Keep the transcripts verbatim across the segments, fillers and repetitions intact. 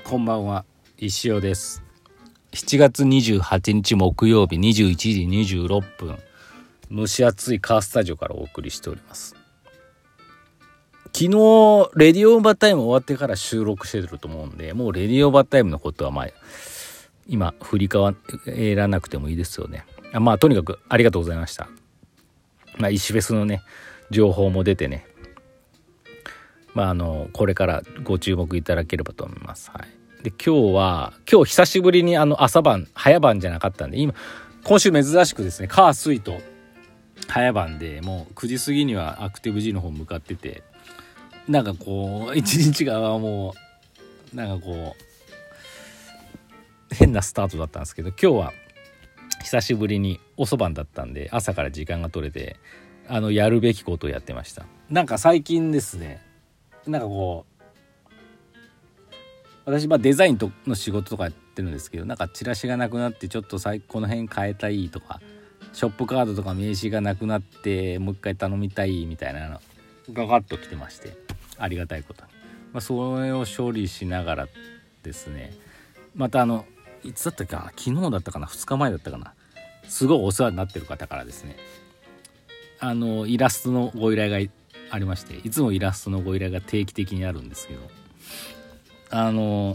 こんばんは、石尾です。しちがつにじゅうはちにち木曜日にじゅういちじにじゅうろっぷん、蒸し暑いカースタジオからお送りしております。昨日レディオオーバータイム終わってから収録してると思うんで、もうレディオオーバータイムのことはまあ今振り返らなくてもいいですよね。あまあとにかくありがとうございました。まあ石フェスのね情報も出てね、まああのこれからご注目いただければと思います。はい。で今日は今日久しぶりにあの朝晩早晩じゃなかったんで、今今週珍しくですね、火水と早晩でもうくじ過ぎにはアクティブ G の方向かってて、なんかこう一日がもうなんかこう変なスタートだったんですけど、今日は久しぶりに遅番だったんで朝から時間が取れて、あのやるべきことをやってました。なんか最近ですね、なんかこう私まあデザインとの仕事とかやってるんですけど、なんかチラシがなくなってちょっと最この辺変えたいとか、ショップカードとか名刺がなくなってもう一回頼みたいみたいなのガガッと来てまして、ありがたいことに、まあ、それを処理しながらですね、またあのいつだったかな、昨日だったかな、ふつかまえだったかな、すごいお世話になってる方からですね、あのイラストのご依頼がありまして、いつもイラストのご依頼が定期的にあるんですけど、あの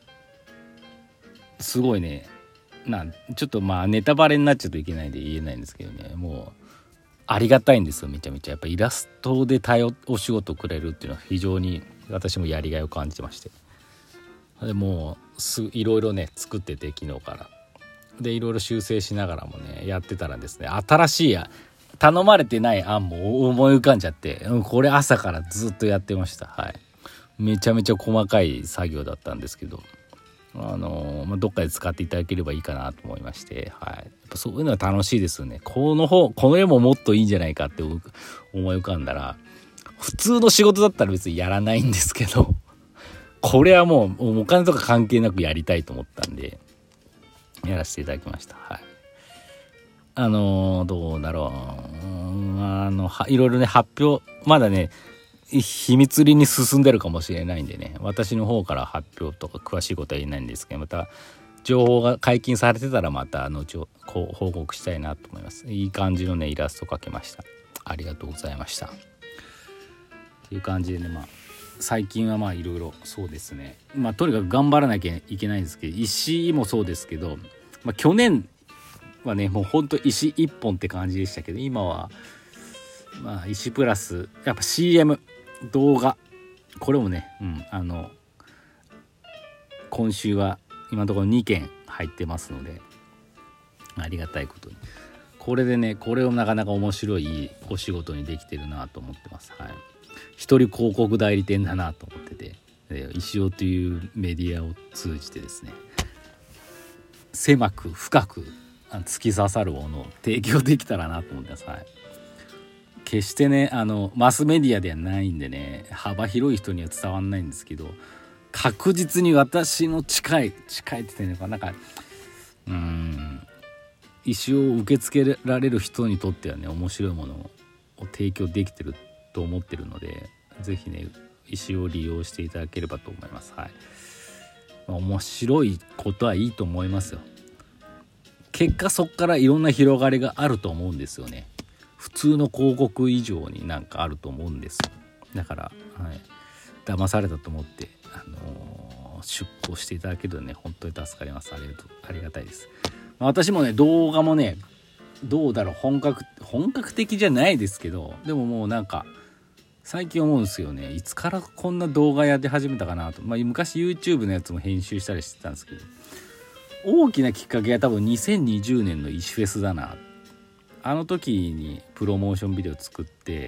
すごいね、なちょっとまあネタバレになっちゃうといけないんで言えないんですけどね、もうありがたいんですよ。めちゃめちゃやっぱイラストで対応お仕事くれるっていうのは非常に私もやりがいを感じてまして、でもうすいろいろね作ってて、昨日からでいろいろ修正しながらもねやってたらですね、新しい頼まれてない案も思い浮かんじゃって、これ朝からずっとやってました。はい。めちゃめちゃ細かい作業だったんですけど、あのーまあ、どっかで使っていただければいいかなと思いまして、はい、やっぱそういうのは楽しいですよね。この方この絵ももっといいんじゃないかって思い浮かんだら、普通の仕事だったら別にやらないんですけど、これはもうお金とか関係なくやりたいと思ったんでやらせていただきました。はい。あのー、どうだろう、あのいろいろね発表まだね秘密裏に進んでるかもしれないんでね、私の方から発表とか詳しいことは言えないんですけど、また情報が解禁されてたらまた後ほど報告したいなと思います。いい感じのねイラスト描けました。ありがとうございましたっていう感じでね、まあ最近はまあいろいろそうですね、まあとにかく頑張らなきゃいけないんですけど、石もそうですけど、まあ、去年はねもうほんと石一本って感じでしたけど、今はまあ石プラスやっぱ シーエム 動画、これもね、うん、あの今週は今のところにけん入ってますので、ありがたいことにこれでね、これをなかなか面白いお仕事にできてるなと思ってます。はい。一人広告代理店だなと思ってて、石尾というメディアを通じてですね、狭く深く突き刺さるものを提供できたらなと思ってます。はい。決してねあのマスメディアではないんでね、幅広い人には伝わんないんですけど、確実に私の近い近いって言ってるのかなんかうーん石を受け付けられる人にとってはね面白いものを提供できてると思ってるので、ぜひね石を利用していただければと思います。はい。まあ、面白いことはいいと思いますよ。結果そっからいろんな広がりがあると思うんですよね。普通の広告以上になんかあると思うんです。だから、はい、騙されたと思って、あのー、出稿していただけるとね本当に助かります。ありがとう、ありがたいです。私もね動画もねどうだろう、本格本格的じゃないですけど、でももうなんか最近思うんですよね、いつからこんな動画やって始めたかなと。まあ昔 YouTube のやつも編集したりしてたんですけど、大きなきっかけは多分にせんにじゅうねんの石フェスだな。あの時にプロモーションビデオ作って、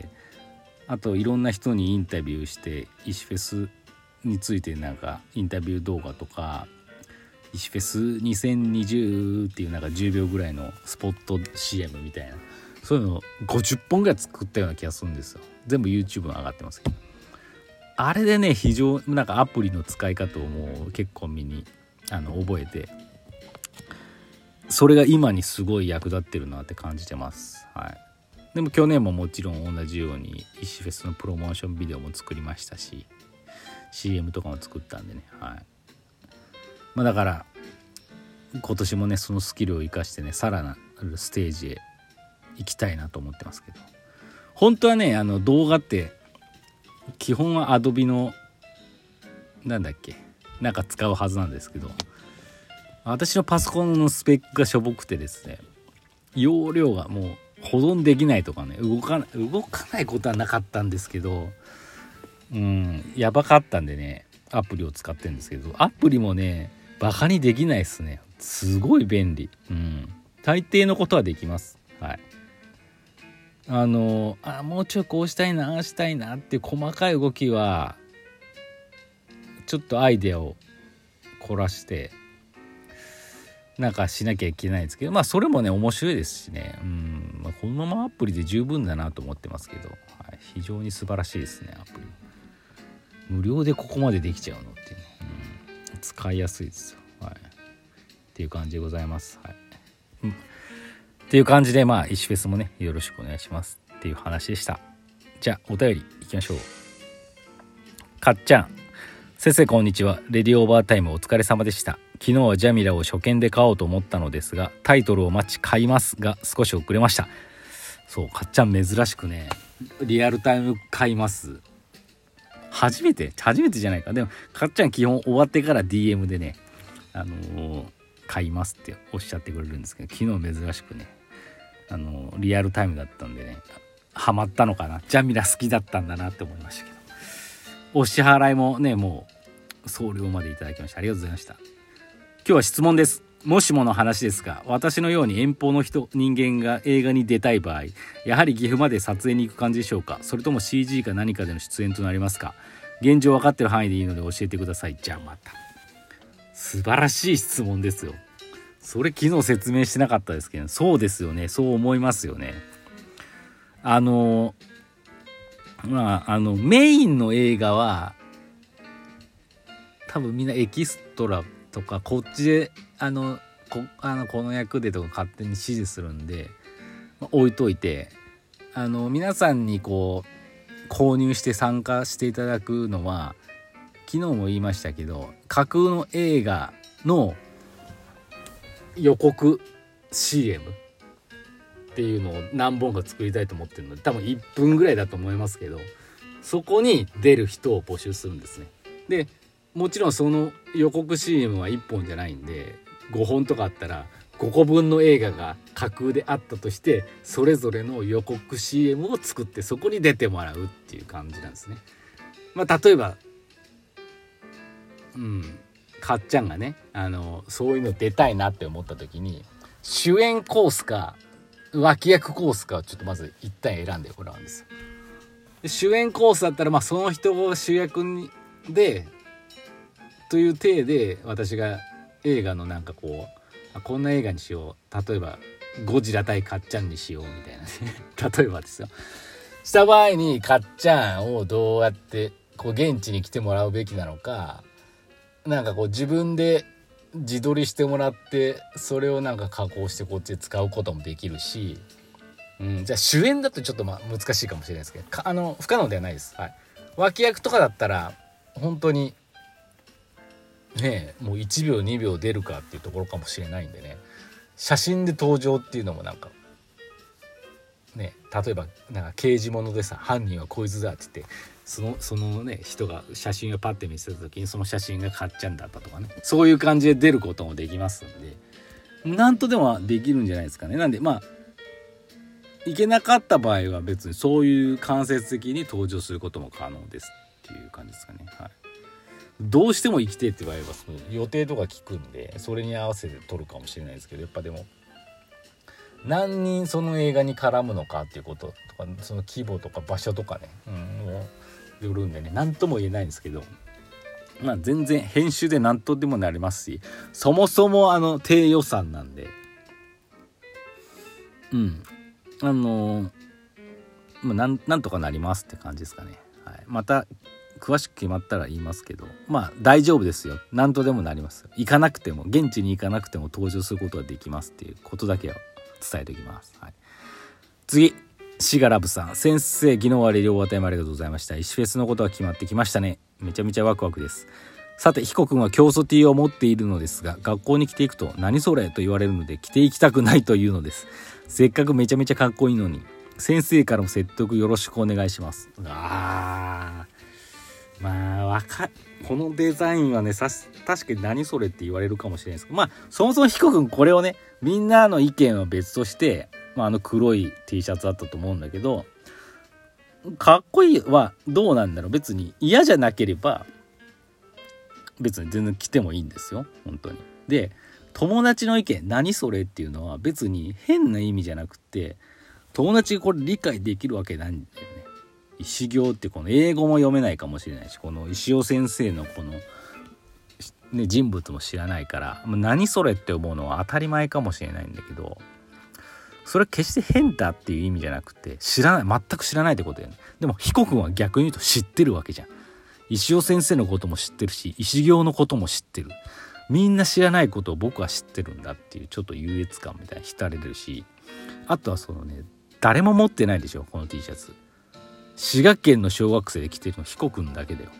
あといろんな人にインタビューして石フェスについてなんかインタビュー動画とか、石フェスにせんにじゅうっていうなんかじゅうびょうぐらいのスポット シーエム みたいな、そういうのごじゅっぽんぐらい作ったような気がするんですよ。全部 YouTube に上がってますけど、あれでね非常なんかアプリの使い方をもう結構身にあの覚えて、それが今にすごい役立ってるなって感じてます。はい。でも去年ももちろん同じように石フェスのプロモーションビデオも作りましたし、 シーエム とかも作ったんでね、はい。 まあだから今年もねそのスキルを生かしてねさらなるステージへ行きたいなと思ってますけど、本当はねあの動画って基本は Adobe のなんだっけなんか使うはずなんですけど、私のパソコンのスペックがしょぼくてですね、容量がもう保存できないとかね、動かない動かないことはなかったんですけど、うんやばかったんでねアプリを使ってるんですけど、アプリもねバカにできないですね。すごい便利。うん大抵のことはできます。はい。あのあもうちょいこうしたいなああしたいなっていう細かい動きはちょっとアイデアを凝らしてなんかしなきゃいけないんですけど、まあそれもね面白いですしね、うん、まあ、このままアプリで十分だなと思ってますけど、はい、非常に素晴らしいですね。アプリ無料でここまでできちゃうのって、ね、うん、使いやすいですよ、はい、っていう感じでございます、はい、うん、っていう感じでまあ石フェスもねよろしくお願いしますっていう話でした。じゃあお便りいきましょう。かっちゃん、先生こんにちは。レディオーバータイムお疲れ様でした。昨日はジャミラを初見で買おうと思ったのですがタイトルを待ち買いますが少し遅れました。そうかっちゃん珍しくねリアルタイム買います。初めて初めてじゃないか。でもかっちゃん基本終わってから ディーエム でねあのー、買いますっておっしゃってくれるんですけど、昨日珍しくねあのー、リアルタイムだったんでねハマったのかな、ジャミラ好きだったんだなって思いましたけど、お支払いもねもう送料までいただきましてありがとうございました。今日は質問です。もしもの話ですが、私のように遠方の人人間が映画に出たい場合、やはり岐阜まで撮影に行く感じでしょうか、それとも シージー か何かでの出演となりますか。現状分かってる範囲でいいので教えてください。じゃあまた。素晴らしい質問ですよ。それ昨日説明してなかったですけど、そうですよね、そう思いますよね。あのまああのメインの映画は多分みんなエキストラとかこっちであの こ, あのこの役でとか勝手に指示するんで、まあ、置いといて、あの皆さんにこう購入して参加していただくのは昨日も言いましたけど架空の映画の予告 シーエム っていうのを何本か作りたいと思ってるので多分いっぷんぐらいだと思いますけど、そこに出る人を募集するんですね。でもちろんその予告 シーエム はいっぽんじゃないんでごほんとかあったらごこぶんの映画が架空であったとしてそれぞれの予告 シーエム を作ってそこに出てもらうっていう感じなんですね。まあ例えばうんかっちゃんがねあのそういうの出たいなって思った時に主演コースか脇役コースかをちょっとまず一旦選んでもらうんですよ。で主演コースだったらまあその人を主役にでという体で私が映画のなんかこうこんな映画にしよう、例えばゴジラ対かっちゃんにしようみたいなね例えばですよした場合にかっちゃんをどうやってこう現地に来てもらうべきなのか、なんかこう自分で自撮りしてもらってそれをなんか加工してこっちで使うこともできるし、うん、じゃあ主演だとちょっとまあ難しいかもしれないですけどあの不可能ではないです、はい、脇役とかだったら本当にねえもういちびょうにびょう出るかっていうところかもしれないんでね、写真で登場っていうのもなんかね、例えばなんか刑事物でさ犯人はこいつだって言ってそのそのね人が写真をパッて見せた時にその写真がかっちゃんだったとかね、そういう感じで出ることもできますんでなんとでもできるんじゃないですかね。なんでまあいけなかった場合は別にそういう間接的に登場することも可能ですっていう感じですかね。はい。どうしても生きてって言われればその予定とか聞くんでそれに合わせて撮るかもしれないですけど、やっぱでも何人その映画に絡むのかっていうこととかその規模とか場所とかね、うん、もうよるんでね何とも言えないんですけど、まあ全然編集で何とでもなりますし、そもそもあの低予算なんでうんあのー、まあ、なん、なんとかなりますって感じですかね。はい、また詳しく決まったら言いますけど、まあ大丈夫ですよ。なんとでもなります。行かなくても現地に行かなくても登場することができますっていうことだけは伝えておきます。はい、次シガラブさん、先生昨日はレディオーバータイムありがとうございました。石フェスのことは決まってきましたね。めちゃめちゃワクワクです。 さて、ヒコ君は教祖 T を持っているのですが、学校に着ていくと何それと言われるので着ていきたくないというのです。せっかくめちゃめちゃかっこいいのに。先生からも説得よろしくお願いします。あー、まあわかこのデザインはね、さし確かに何それって言われるかもしれないですけど、まあそもそもヒコ君これをね、みんなの意見は別として、まあ、あの黒い T シャツだったと思うんだけど、かっこいいはどうなんだろう。別に嫌じゃなければ別に全然着てもいいんですよ、本当に。で、友達の意見何それっていうのは別に変な意味じゃなくて、友達がこれ理解できるわけないんだよね。石行ってこの英語も読めないかもしれないし、この石尾先生のこの、ね、人物も知らないから、何それって思うのは当たり前かもしれないんだけど、それは決して変だっていう意味じゃなくて、知らない、全く知らないってことだよね。でもヒコ君は逆に言うと知ってるわけじゃん。石尾先生のことも知ってるし、石行のことも知ってる。みんな知らないことを僕は知ってるんだっていうちょっと優越感みたいに浸れるし、あとはそのね、誰も持ってないでしょこの T シャツ。滋賀県の小学生で着てるのヒコ君だけだよ。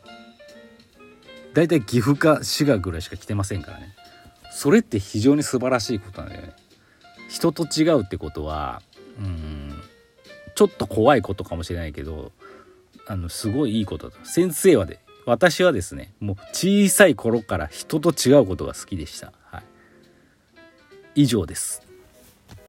だいたい岐阜か滋賀ぐらいしか着てませんからね。それって非常に素晴らしいことなんだよね。人と違うってことはうーんちょっと怖いことかもしれないけど、あのすごいいいことだ。先生はで私はですね、もう小さい頃から人と違うことが好きでした。はい、以上です。